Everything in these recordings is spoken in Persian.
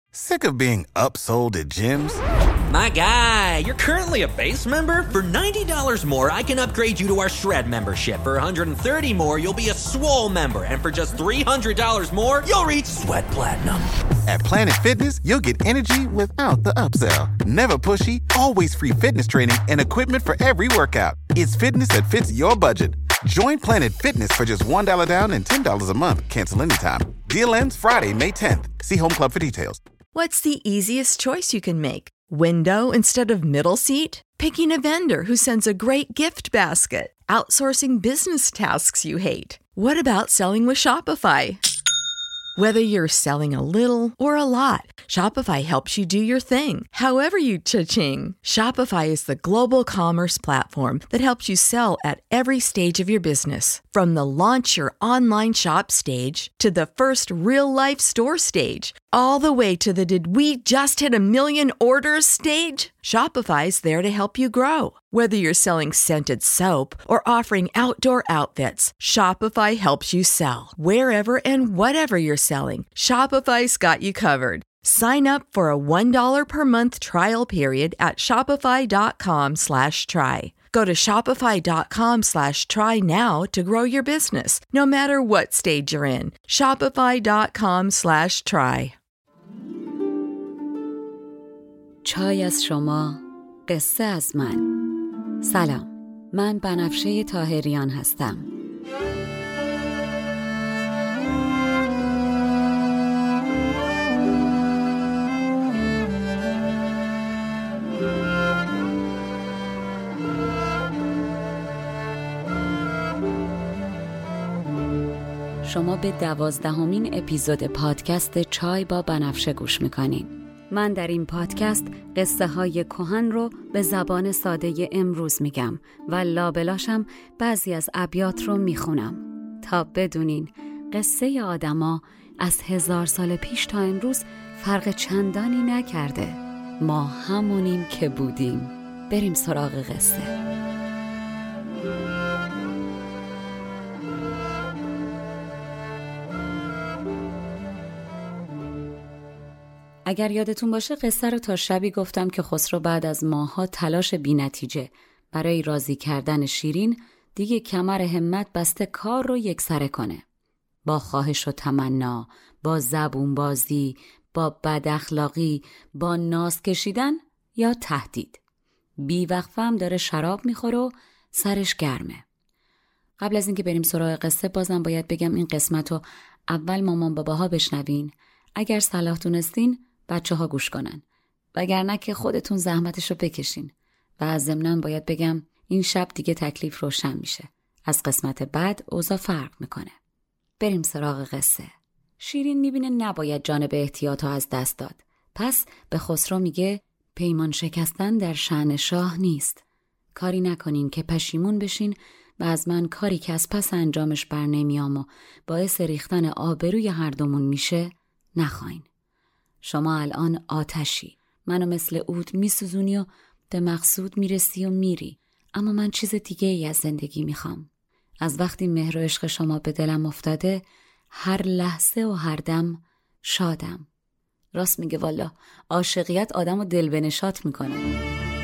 Sick of being upsold at gyms? My guy, you're currently a base member? For $90 more, I can upgrade you to our Shred membership. For $130 more, you'll be a Swole member. And for just $300 more, you'll reach Sweat Platinum. At Planet Fitness, you'll get energy without the upsell. Never pushy, always free fitness training and equipment for every workout. It's fitness that fits your budget. Join Planet Fitness for just $1 down and $10 a month. Cancel anytime. Deal ends Friday, May 10th. See Home Club for details. What's the easiest choice you can make? Window instead of middle seat? Picking a vendor who sends a great gift basket? Outsourcing business tasks you hate? What about selling with Shopify? Whether you're selling a little or a lot, Shopify helps you do your thing, however you cha-ching. Shopify is the global commerce platform that helps you sell at every stage of your business. From the launch your online shop stage to the first real-life store stage, all the way to the did we just hit 1 million orders stage. Shopify's there to help you grow. Whether you're selling scented soap or offering outdoor outfits, Shopify helps you sell. Wherever and whatever you're selling, Shopify's got you covered. Sign up for a $1 per month trial period at shopify.com/try. Go to shopify.com/try now to grow your business, no matter what stage you're in. Shopify.com/try. چای از شما، قصه از من. سلام، من بنفشه طاهریان هستم. شما به 12مین اپیزود پادکست چای با بنفشه گوش میکنین. من در این پادکست قصه های کهن رو به زبان ساده امروز میگم و لابلاشم بعضی از ابیات رو میخونم تا بدونین قصه آدما از 1000 سال پیش تا امروز فرق چندانی نکرده. ما همونیم که بودیم. بریم سراغ قصه. اگر یادتون باشه قصه رو تا شبی گفتم که خسرو بعد از ماه‌ها تلاش بی‌نتیجه برای راضی کردن شیرین دیگه کمر همت بسته کار رو یکسره کنه. با خواهش و تمنا، با زبون بازی، با بد اخلاقی، با ناز کشیدن یا تهدید. بی‌وقفه هم داره شراب میخوره و سرش گرمه. قبل از اینکه بریم سراغ قصه بازم باید بگم این قسمت رو اول مامان باباها بشنوین. اگر صلاح دونستین بچه‌ها گوش کنن. وگرنه که خودتون زحمتش رو بکشین. و ضمناً باید بگم این شب دیگه تکلیف روشن میشه. از قسمت بعد اوضاع فرق میکنه. بریم سراغ قصه. شیرین میبینه نباید جانب احتیاط ها از دست داد. پس به خسرو میگه پیمان شکستن در شأن شاه نیست. کاری نکنین که پشیمون بشین و از من کاری که از پس انجامش بر نمیام و باعث ریختن آبروی هر دومون میشه نخواین. شما الان آتشی. منو مثل عود میسوزونی و به مقصود میرسی و میری. اما من چیز دیگه ای از زندگی میخوام. از وقتی مهر و عشق شما به دلم افتاده هر لحظه و هر دم شادم. راست میگه والا، عاشقیت آدمو دل بنشات میکنه.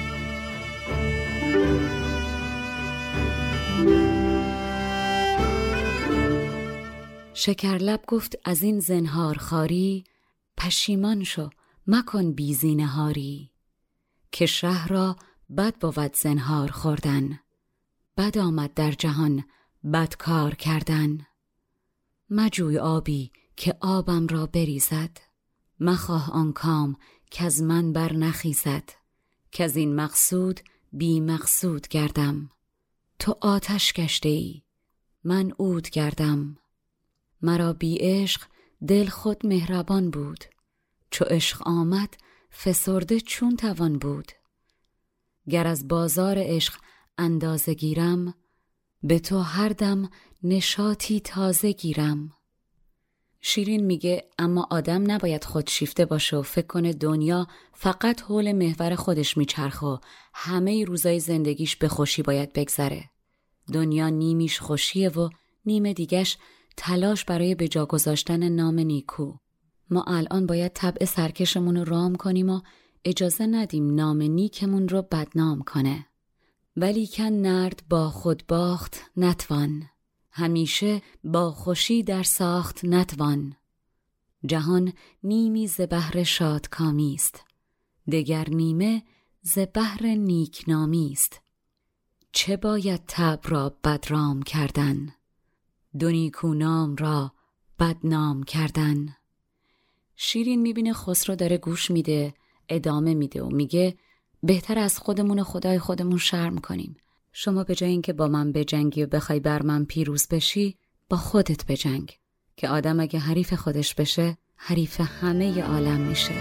شکرلب گفت از این زنهار خاری، پشیمان شو مکن بی زینهاری. که شهر را بد بود زنهار خوردن، بد آمد در جهان بد کار کردن. مجوی آبی که آبم را بریزد، مخواه آن کام که از من بر نخیزد. که از این مقصود بی مقصود گردم، تو آتش گشته ای من عود گردم. مرا بی عشق دل خود مهربان بود، چو عشق آمد فسرده چون توان بود. گر از بازار عشق اندازه گیرم، به تو هر دم نشاطی تازه گیرم. شیرین میگه اما آدم نباید خودشیفته باشه و فکر کنه دنیا فقط حول محور خودش میچرخه و همه روزای زندگیش به خوشی باید بگذره. دنیا نیمیش خوشیه و نیم دیگش تلاش برای به جا گذاشتن نام نیکو. ما الان باید طبع سرکشمون رو رام کنیم و اجازه ندیم نام نیکمون رو بدنام کنه. ولی کن نرد با خود باخت نتوان، همیشه با خوشی در ساخت نتوان. جهان نیمی ز بهر شادکامی است، دگر نیمه ز بهر نیکنامی است. چه باید طبع را بدرام کردن، دو نیکونام را بدنام کردن. شیرین میبینه خسرو داره گوش میده، ادامه میده و میگه بهتر از خودمون و خدای خودمون شرم کنیم. شما به جای اینکه با من بجنگی و بخوای بر من پیروز بشی، با خودت بجنگ، که آدم اگه حریف خودش بشه حریف همه عالم میشه.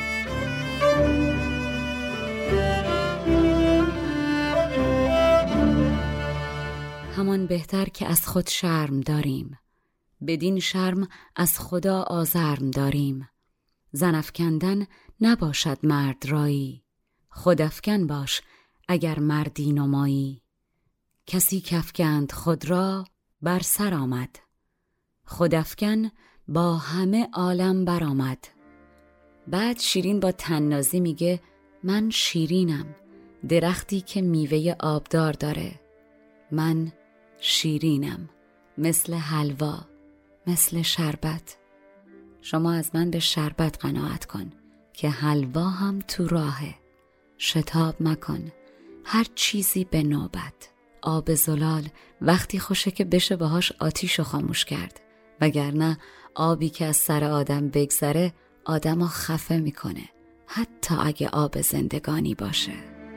همان بهتر که از خود شرم داریم، بدین شرم از خدا آزرم داریم. زن افکندن نباشد مرد رایی، خود افکن باش اگر مردی نمایی. کسی که افکند خود را بر سر آمد، خود افکن با همه عالم برآمد. بعد شیرین با طنازی میگه من شیرینم، درختی که میوه آبدار داره. من شیرینم، مثل حلوا، مثل شربت. شما از من به شربت قناعت کن که حلوا هم تو راهه. شتاب مکن، هر چیزی به نوبت. آب زلال وقتی خوشه که بشه باهاش آتیشو خاموش کرد، وگرنه آبی که از سر آدم بگذره آدمو خفه میکنه، حتی اگه آب زندگانی باشه.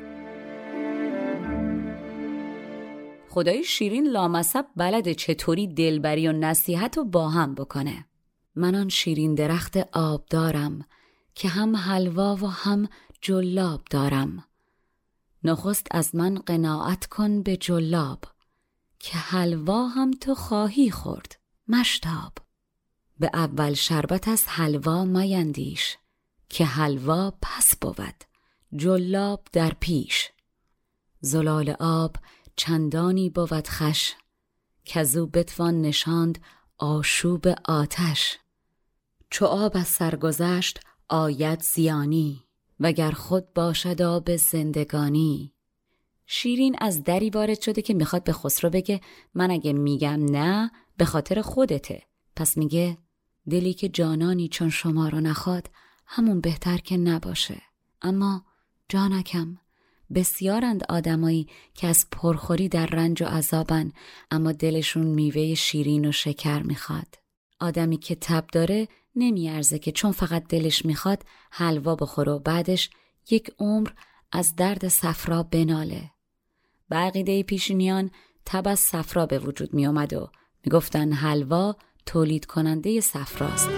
خدای شیرین لامصب بلده چطوری دلبری و نصیحت رو با هم بکنه. من آن شیرین درخت آب دارم که هم حلوا و هم جلاب دارم. نخست از من قناعت کن به جلاب، که حلوا هم تو خواهی خورد مشتاب. به اول شربت از حلوا میندیش، که حلوا پس بود جلاب در پیش. زلال آب چندانی بود خوش، کزو بتوان نشاند آشوب آتش. چو آب از سرگذشت آید زیانی، وگر خود باشد آب زندگانی. شیرین از دری وارد شده که میخواد به خسرو بگه من اگه میگم نه به خاطر خودته. پس میگه دلی که جانانی چون شما رو نخواد همون بهتر که نباشه. اما جانکم، بسیارند آدمایی که از پرخوری در رنج و عذابن، اما دلشون میوه شیرین و شکر میخواد. آدمی که تب داره نمیارزه که چون فقط دلش میخواد حلوا بخوره و بعدش یک عمر از درد صفرا بناله. به عقیده پیشینیان تب از صفرا به وجود می اومد و میگفتن حلوا تولید کننده صفراست.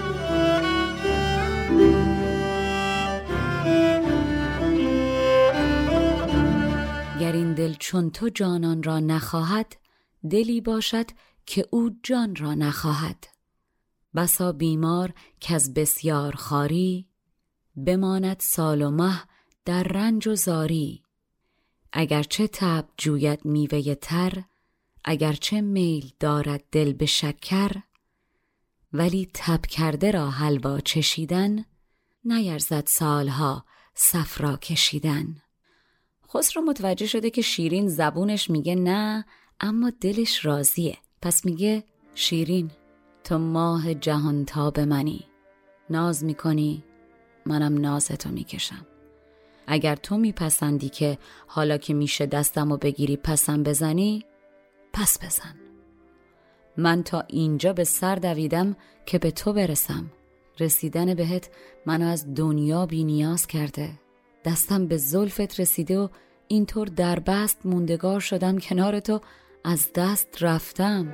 گر این دل چون تو جانان را نخواهد، دلی باشد که او جان را نخواهد. بسا بیمار که از بسیار خواری، بماند سال و مه در رنج و زاری. اگرچه تب جوید میوه تر، اگرچه میل دارد دل به شکر، ولی تب کرده را حلوا چشیدن، نیرزد سالها صفرا کشیدن. خسرو متوجه شده که شیرین زبونش میگه نه اما دلش راضیه. پس میگه شیرین، تو ماه جهان تاب منی، ناز میکنی منم نازتو میکشم. اگر تو میپسندی که حالا که میشه دستمو بگیری پسم بزنی، پس بزن. من تا اینجا به سر دویدم که به تو برسم. رسیدن بهت منو از دنیا بی نیاز کرده. دستم به زلفت رسیده و اینطور در بست موندگار شدم کنار تو، از دست رفتم.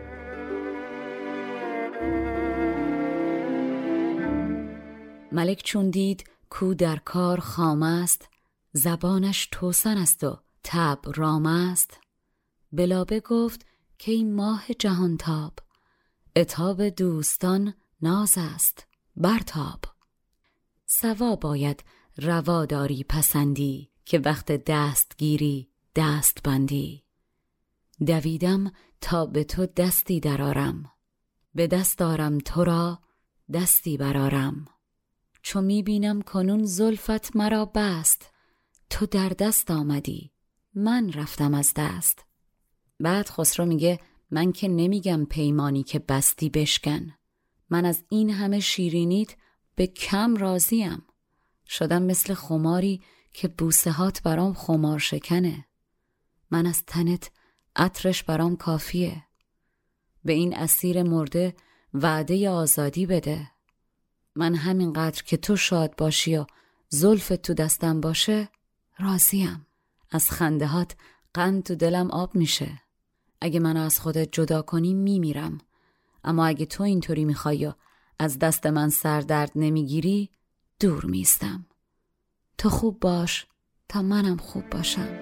ملک چون دید کو در کار خام است، زبانش توسن است و تب رام است. بلابه گفت که این ماه جهانتاب، عتاب دوستان ناز است برتاب. سوا باید روا داری پسندی، که وقت دست گیری دست بندی. دویدم تا به تو دستی درارم، به دست دارم تو را دستی برارم. چو میبینم کنون زلفت مرا بست، تو در دست آمدی من رفتم از دست. بعد خسرو میگه من که نمیگم پیمانی که بستی بشکن، من از این همه شیرینیت به کم راضیم. شدم مثل خماری که بوسه هات برام خمار شکنه. من از تنت عطرش برام کافیه. به این اسیر مرده وعده آزادی بده. من همینقدر که تو شاد باشی و زلف تو دستم باشه راضیم. از خنده هات قند تو دلم آب میشه. اگه منو از خودت جدا کنی میمیرم، اما اگه تو اینطوری میخوای و از دست من سر درد نمیگیری دور میستم. تو خوب باش تا منم خوب باشم.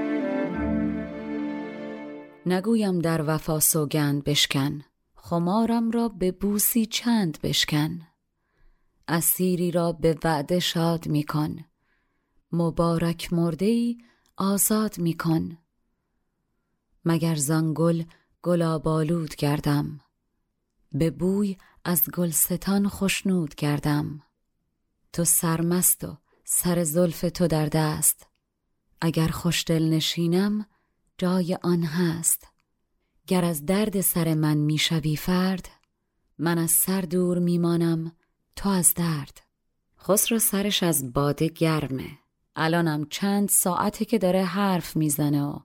نگویم در وفا سوگند بشکن، خمارم را به بوسی چند بشکن. اسیری را به وعده شاد میکن، مبارک مرده‌ای آزاد میکن. مگر زان گل گلابالود گردم، به بوی از گلستان خوشنود گردم. تو سرمست و سر زلف تو در دست، اگر خوشدل نشینم جای آن هست. گر از درد سر من میشوی فرد، من از سر دور میمانم تو از درد. خسرو سرش از باده گرمه. الانم چند ساعته که داره حرف میزنه و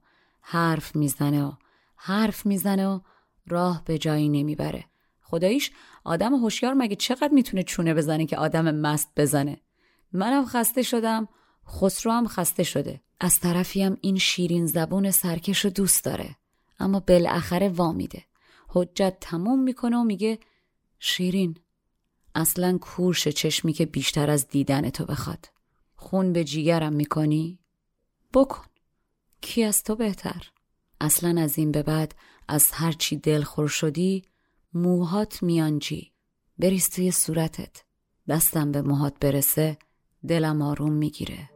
راه به جایی نمیبره. خداییش آدم هوشیار مگه چقدر میتونه چونه بزنه که آدم مست بزنه؟ منم خسته شدم، خسرو هم خسته شده. از طرفیم این شیرین زبون سرکش رو دوست داره، اما بالاخره وامیده. حجت تموم میکنه و میگه شیرین، اصلا کورش چشمی که بیشتر از دیدن تو بخواد. خون به جیگرم میکنی؟ بکن، کی از تو بهتر؟ اصلا از این به بعد از هر چی دلخور شدی موهات میانجی، بریز توی صورتت. دستم به موهات برسه دلم آروم میگیره.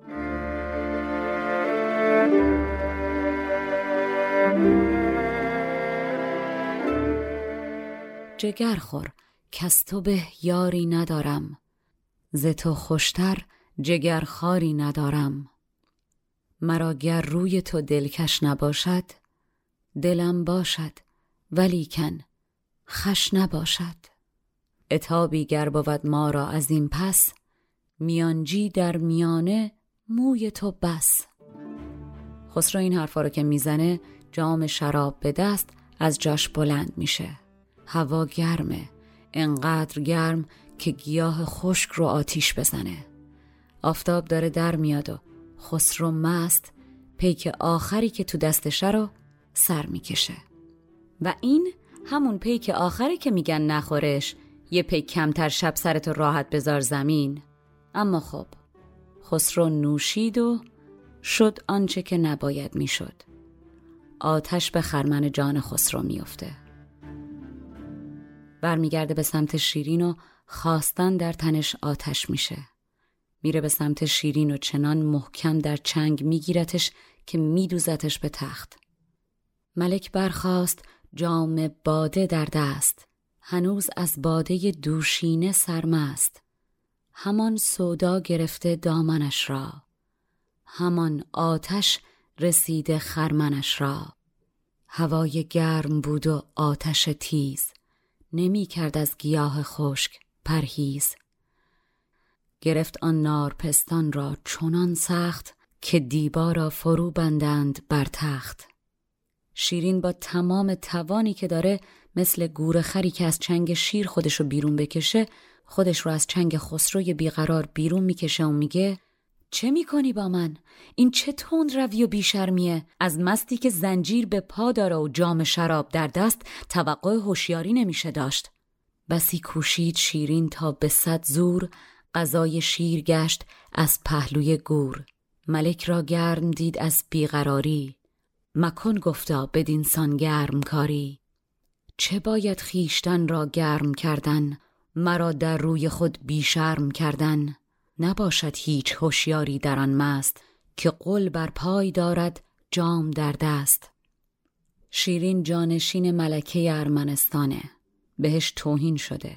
جگر خور کز تو به یاری ندارم، ز تو خوشتر جگر خاری ندارم. مرا گر روی تو دلکش نباشد، دلم باشد ولیکن خوش نباشد. عتابی گر بود ما را از این پس، میانجی در میانه موی تو بس. خسرو این حرفا رو که میزنه جام شراب به دست از جاش بلند میشه. هوا گرمه، انقدر گرم که گیاه خشک رو آتیش بزنه. آفتاب داره در میاد و خسرو مست پیک آخری که تو دستشه رو سر میکشه. و این همون پیک آخری که میگن نخورش، یه پیک کمتر شب سرتو راحت بذار زمین. اما خب خسرو نوشید و شد آنچه که نباید میشد. آتش به خرمن جان خسرو میفته. برمیگرده به سمت شیرین و خواستن در تنش آتش میشه. میره به سمت شیرین و چنان محکم در چنگ میگیرتش که میدوزتش به تخت. ملک برخاست جام باده در دست، هنوز از باده دوشینه سرمست. همان سودا گرفته دامنش را، همان آتش رسیده خرمنش را. هوای گرم بود و آتش تیز، نمی کرد از گیاه خشک پرهیز. گرفت آن نارپستان را چنان سخت، که دیبا را فرو بندند بر تخت. شیرین با تمام توانی که داره مثل گورخری که از چنگ شیر خودشو بیرون بکشه، خودش رو از چنگ خسروی بیقرار بیرون میکشه و میگه چه میکنی با من؟ این چه تند روی و بیشرمیه؟ از مستی که زنجیر به پا داره و جام شراب در دست توقع هوشیاری نمیشه داشت. بسی کوشید شیرین تا به 100 زور، غذای شیر گشت از پهلوی گور. ملک را گرم دید از بیقراری، مکن گفتا بدینسان گرم کاری. چه باید خیشتن را گرم کردن، مرا در روی خود بیشرم کردن. نباشد هیچ هوشیاری در آن مست، که قل بر پای دارد جام در دست. شیرین جانشین ملکه ارمنستانه، بهش توهین شده.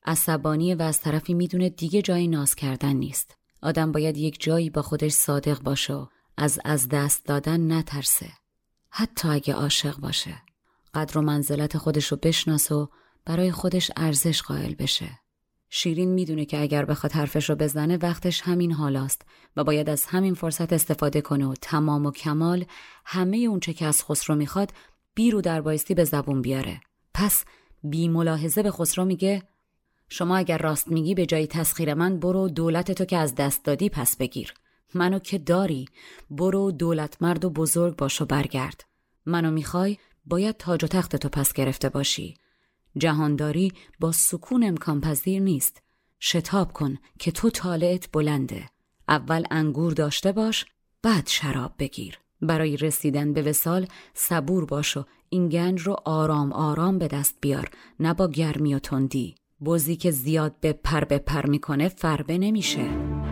عصبانی و از طرفی میدونه دیگه جای ناز کردن نیست. آدم باید یک جایی با خودش صادق باشه و از دست دادن نترسه. حتی اگه عاشق باشه. قدر و منزلت خودش رو بشناسه و برای خودش ارزش قائل بشه. شیرین میدونه که اگر بخواد حرفش رو بزنه وقتش همین حالاست و باید از همین فرصت استفاده کنه و تمام و کمال همه اون چه که از خسرو میخواد بی رو در بایستی به زبون بیاره. پس بی ملاحظه به خسرو میگه شما اگر راست میگی به جای تسخیر من برو دولت تو که از دست دادی پس بگیر. منو که داری، برو دولت مرد و بزرگ باش و برگرد. منو میخوای باید تاج و تخت تو پس گرفته باشی. جهانداری با سکون امکان پذیر نیست. شتاب کن که تو طالعت بلنده. اول انگور داشته باش، بعد شراب بگیر. برای رسیدن به وصال صبور باش و این گنج رو آرام آرام به دست بیار، نه با گرمی و تندی. بزی که زیاد به پر میکنه فربه نمیشه.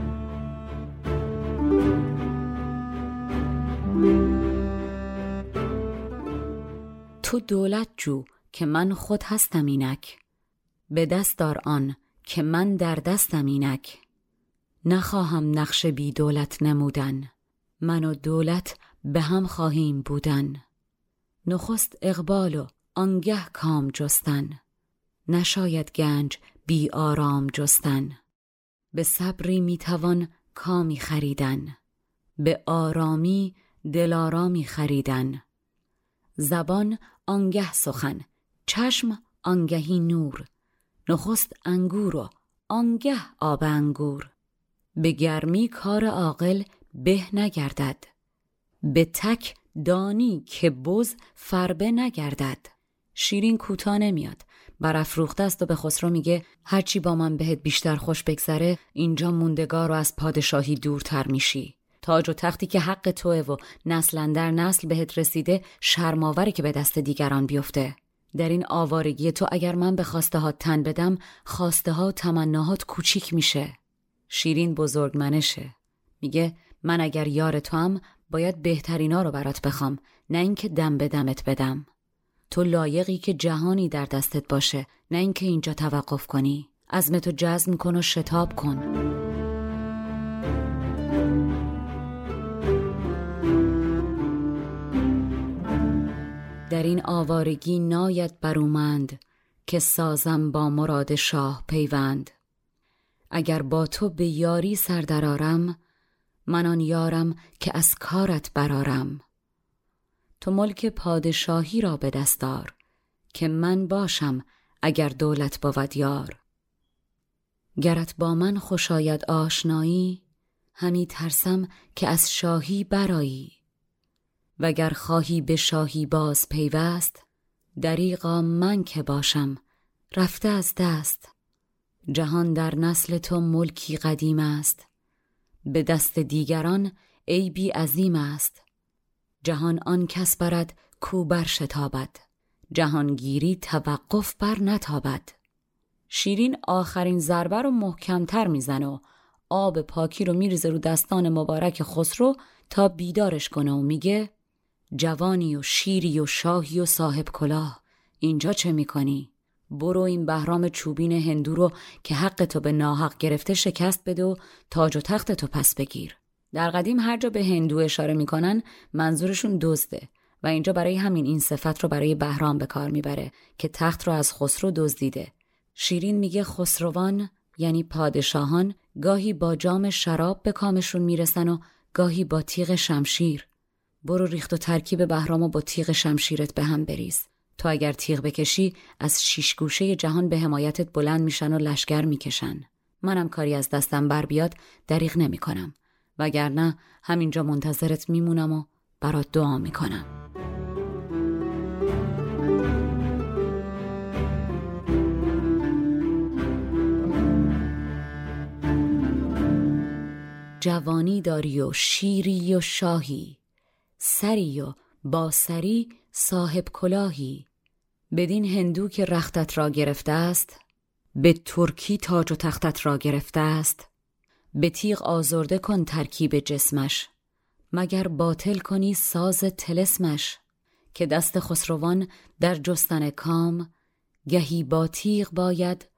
تو دولت جو که من خود هستم اینک، به دست دار آن که من در دستم اینک. نخواهم نقش بی دولت نمودن، من و دولت به هم خواهیم بودن. نخست اقبال و آنگه کام جستن، نشاید گنج بی آرام جستن. به صبری میتوان کامی خریدن، به آرامی دلارامی خریدن. زبان آنگه سخن، چشم آنگهی نور. نخست انگور و آنگه آب انگور. به گرمی کار عاقل به نگردد، به تک دانی که بز فربه نگردد. شیرین کوتاه نمیاد، برافروخته است و به خسرو میگه هرچی با من بهت بیشتر خوش بگذره اینجا موندگار و از پادشاهی دورتر میشی. تاج و تختی که حق توه و نسل در نسل بهت رسیده شرماوره که به دست دیگران بیفته. در این آوارگی تو اگر من به خواسته ها تن بدم، خواسته ها و تمناهات کوچیک میشه. شیرین بزرگمنشه. میگه من اگر یار تو هم باید بهترینا رو برات بخوام، نه اینکه دم به دمت بدم. تو لایقی که جهانی در دستت باشه، نه اینکه اینجا توقف کنی. عزمتو جزم کن و شتاب کن. در این آوارگی ناید برومند، که سازم با مراد شاه پیوند. اگر با تو به یاری سر درآرم، من آن یارم که از کارت برارم. تو ملک پادشاهی را به دست دار، که من باشم اگر دولت بود یار. گرت با من خوش آید آشنایی، همی ترسم که از شاهی برایی. وگر خواهی به شاهی باز پیوست، دریغا من که باشم رفته از دست. جهان در نسل تو ملکی قدیم است، به دست دیگران عیبی عظیم است. جهان آن کس برد کو بر شتابد، جهانگیری توقف بر نتابد. شیرین آخرین ضربه رو محکمتر میزنه و آب پاکی رو میریزه رو دستان مبارک خسرو تا بیدارش کنه و میگه جوانی و شیری و شاهی و صاحب کلاه، اینجا چه میکنی؟ برو این بهرام چوبین هندو رو که حق تو به ناحق گرفته شکست بده و تاج و تخت تو پس بگیر. در قدیم هر جا به هندو اشاره میکنن منظورشون دزده و اینجا برای همین این صفت رو برای بهرام به کار میبره که تخت رو از خسرو دزدیده. شیرین میگه خسروان یعنی پادشاهان گاهی با جام شراب به کامشون میرسن و گاهی با تیغ شمشیر. برو ریخت و ترکیب بهرامو با تیغ شمشیرت به هم بریز. تو اگر تیغ بکشی از 6 گوشه جهان به حمایتت بلند میشن و لشگر میکشن. منم کاری از دستم بر بیاد دریغ نمی کنم، وگرنه همینجا منتظرت میمونم و برات دعا میکنم. جوانی داری و شیری و شاهی، سری و با سری صاحب کلاهی. بدین هندو که رختت را گرفته است، به ترکی تاج و تختت را گرفته است. به تیغ آزرده کن ترکیب جسمش، مگر باطل کنی ساز طلسمش. که دست خسروان در جستن کام، گهی با تیغ باید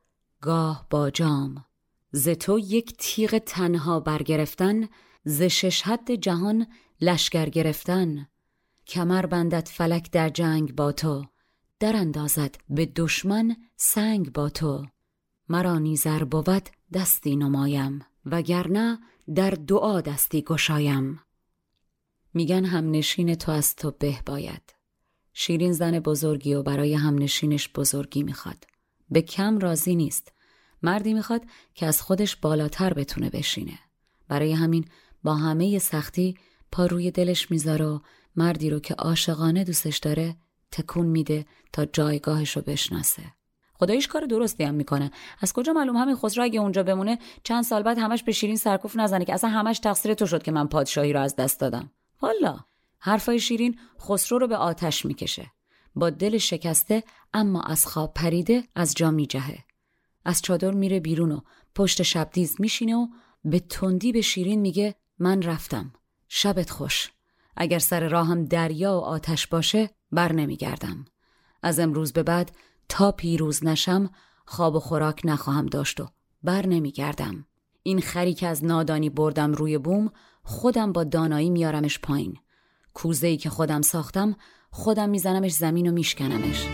گاه با جام. ز تو یک تیغ تنها برگرفتن، ز 6 حد جهان لشگر گرفتن. کمر بندد فلک در جنگ با تو، در اندازد به دشمن سنگ با تو. مرا نیزر بود دستی نمایم، وگرنه در دعا دستی گشایم. میگن همنشین تو از تو به باید. شیرین زن بزرگی و برای همنشینش بزرگی میخواد. به کم راضی نیست. مردی میخواد که از خودش بالاتر بتونه بشینه. برای همین با همه سختی پا روی دلش میذاره و مردی رو که عاشقانه دوستش داره تکون میده تا جایگاهش رو بشناسه. خداییش کار درستی هم میکنه. از کجا معلوم همین خسرو اگه اونجا بمونه چند سال بعد همش به شیرین سرکوف نزنه که اصلا همش تقصیر تو شد که من پادشاهی رو از دست دادم. والا حرفای شیرین خسرو رو به آتش میکشه. با دل شکسته اما از خواب پریده از جا میجهه. از چادر میره بیرون و پشت شبدیز میشینه و به تندی به شیرین میگه من رفتم. شبت خوش. اگر سر راهم دریا و آتش باشه بر نمیگردم. از امروز به بعد تا پیروز نشم خواب و خوراک نخواهم داشت و بر نمیگردم. این خری که از نادانی بردم روی بوم خودم با دانایی میارمش پایین. کوزه‌ای که خودم ساختم خودم میزنمش زمین و میشکنمش.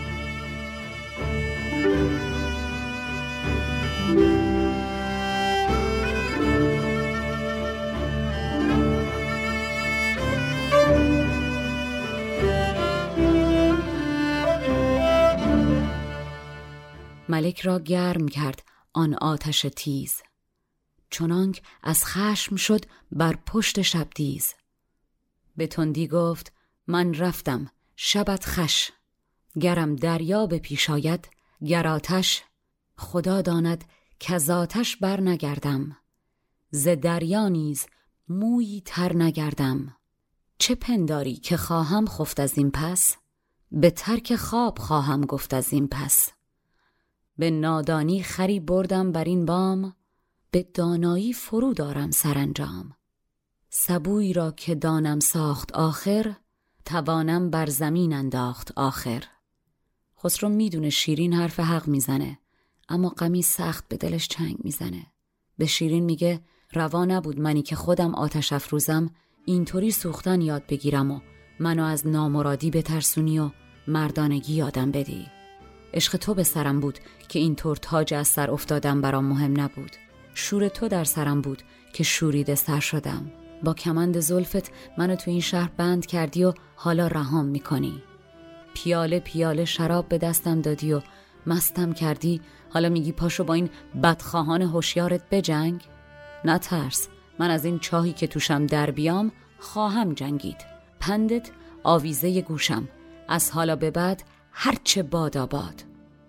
ملک را گرم کرد آن آتش تیز، چنانک از خشم شد بر پشت شبدیز. به تندی گفت من رفتم شبت خش، گرم دریا به پیش آید گر آتش. خدا داند که از آتش بر نگردم، ز دریا نیز مویی تر نگردم. چه پنداری که خواهم خفت از این پس، به ترک خواب خواهم گفت از این پس. به نادانی خری بردم بر این بام، به دانایی فرو دارم سرانجام. سبوی را که دانم ساخت آخر، توانم بر زمین انداخت آخر. خسرو میدونه شیرین حرف حق میزنه، اما غمی سخت به دلش چنگ میزنه. به شیرین میگه روا نبود منی که خودم آتش افروزم اینطوری سوختن یاد بگیرم و منو از نامرادی بترسونی و مردانگی یادم بدی. عشق تو به سرم بود که اینطور تاج از سر افتادم برام مهم نبود. شور تو در سرم بود که شوریده سر شدم. با کمند زلفت منو تو این شهر بند کردی و حالا رهام میکنی. پیاله پیاله شراب به دستم دادی و مستم کردی، حالا میگی پاشو با این بدخواهان هوشیارت بجنگ؟ نه ترس، من از این چاهی که توشم در بیام خواهم جنگید. پندت آویزه گوشم، از حالا به بعد هرچه باد آباد.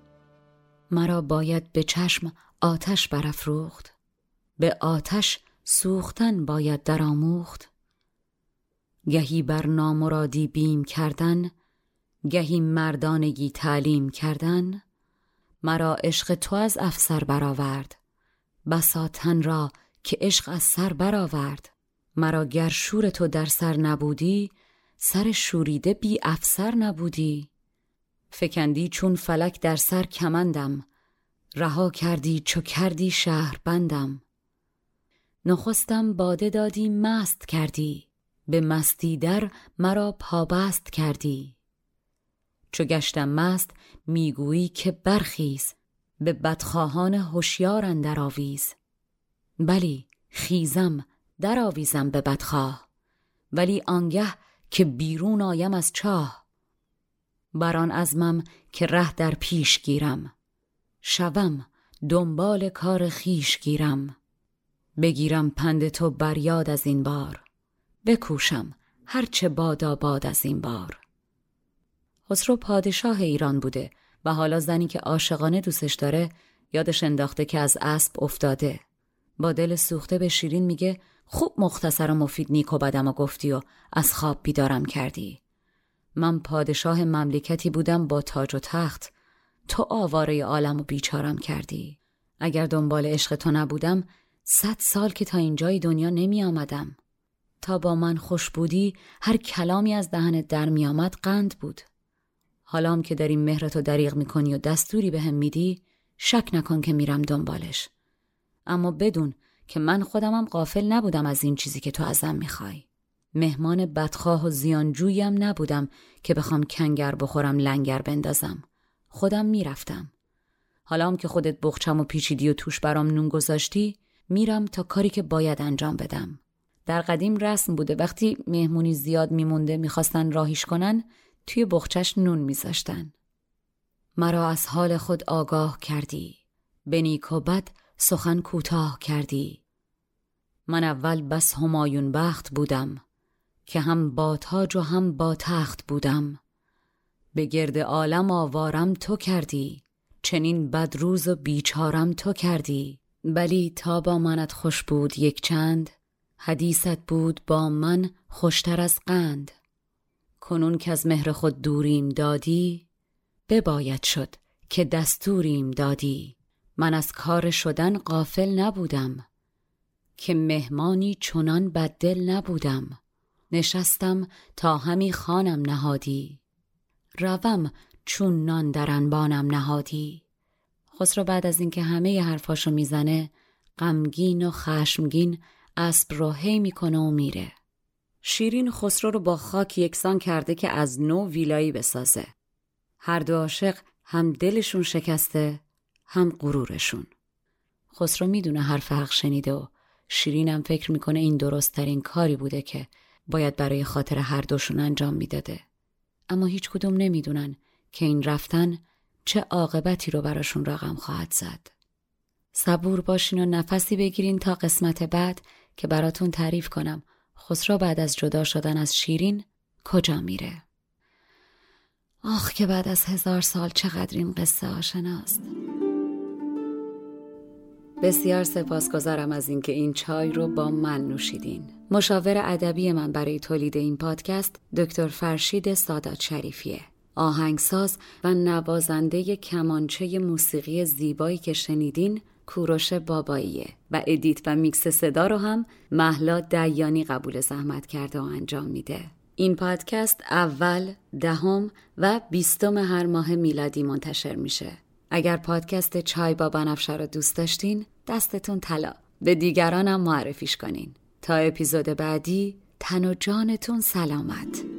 مرا باید به چشم آتش برافروخت، به آتش سوختن باید در آموخت. گهی بر نامرادی بیم کردن، گهی مردانگی تعلیم کردن. مرا عشق تو از افسر برآورد، بسا تن را که عشق از سر برآورد. مرا گر شور تو در سر نبودی، سر شوریده بی افسر نبودی. فکندی چون فلک در سر کمندم، رها کردی چو کردی شهر بندم. نخستم باده دادی مست کردی، به مستی در مرا پابست کردی. چو گشتم مست میگویی که برخیز، به بدخواهان هوشیار اندر آویز. بلی خیزم در آویزم به بدخواه، ولی آنگه که بیرون آیم از چاه. بران عزمم که ره در پیش گیرم، شوم دنبال کار خیش گیرم. بگیرم پند تو بر یاد از این بار، بکوشم هرچه بادا باد از این بار. خسرو پادشاه ایران بوده و حالا زنی که عاشقانه دوستش داره یادش انداخته که از اسب افتاده. با دل سوخته به شیرین میگه خوب مختصر و مفید نیک و بدم و گفتی و از خواب بیدارم کردی. من پادشاه مملکتی بودم با تاج و تخت، تو آواره عالم و بیچارم کردی. اگر دنبال عشق تو نبودم 100 سال که تا اینجای دنیا نمی آمدم. تا با من خوش بودی هر کلامی از دهنت در می آمد قند بود. حالا هم که داری مهرتو دریغ می کنی و دستوری به هم میدی، شک نکن که میرم دنبالش. اما بدون که من خودمم غافل نبودم از این چیزی که تو ازم میخوای. مهمان بدخواه و زیانجویم نبودم که بخوام کنگر بخورم لنگر بندازم. خودم میرفتم. حالا هم که خودت بخچم و پیچیدی و توش برام نون گذاشتی، میرم تا کاری که باید انجام بدم. در قدیم رسم بوده وقتی مهمونی زیاد میمونده میخواستن راهیش کنن، توی بخچش نون میذاشتن. مرا از حال خود آگاه کردی، به نیک و بد سخن کوتاه کردی. من اول بس همایون بخت بودم، که هم با تاج و هم با تخت بودم. به گرد عالم آوارم تو کردی، چنین بد روز و بیچارم تو کردی. بلی تا با منت خوش بود یک چند، حدیثت بود با من خوشتر از قند. کنون که از مهر خود دوریم دادی، بباید شد که دستوریم دادی. من از کار شدن غافل نبودم، که مهمانی چنان بددل نبودم. نشستم تا همی خوانم نهادی، روم چون نان در انبانم نهادی. خسرو بعد از اینکه همه ی حرفاشو میزنه، غمگین و خشمگین اسب رو هی میکنه و میره. شیرین خسرو رو با خاک یکسان کرده که از نو ویلایی بسازه. هر دو عاشق هم دلشون شکسته هم غرورشون. خسرو میدونه حرف حق شنیده و شیرینم فکر میکنه این درست ترین کاری بوده که باید برای خاطر هر دوشون انجام میداده. اما هیچ کدوم نمیدونن که این رفتن چه عاقبتی رو براشون رقم خواهد زد. صبور باشین و نفسی بگیرین تا قسمت بعد که براتون تعریف کنم خسرو بعد از جدا شدن از شیرین کجا میره. آخ که بعد از 1000 سال چقدر این قصه آشناست. بسیار سپاسگزارم از اینکه این چای رو با من نوشیدین. مشاور ادبی من برای تولید این پادکست دکتر فرشید سادات شریفیه. آهنگساز و نوازنده کمانچه موسیقی زیبایی که شنیدین کوروش باباییه و ادیت و میکس صدا رو هم مهلا دیانی قبول زحمت کرده و انجام میده. این پادکست اول، 10 و 20 هر ماه میلادی منتشر میشه. اگر پادکست چای با بنفشه رو دوست داشتین، دستتون طلا. به دیگرانم معرفیش کنین. تا اپیزود بعدی، تن و جانتون سلامت.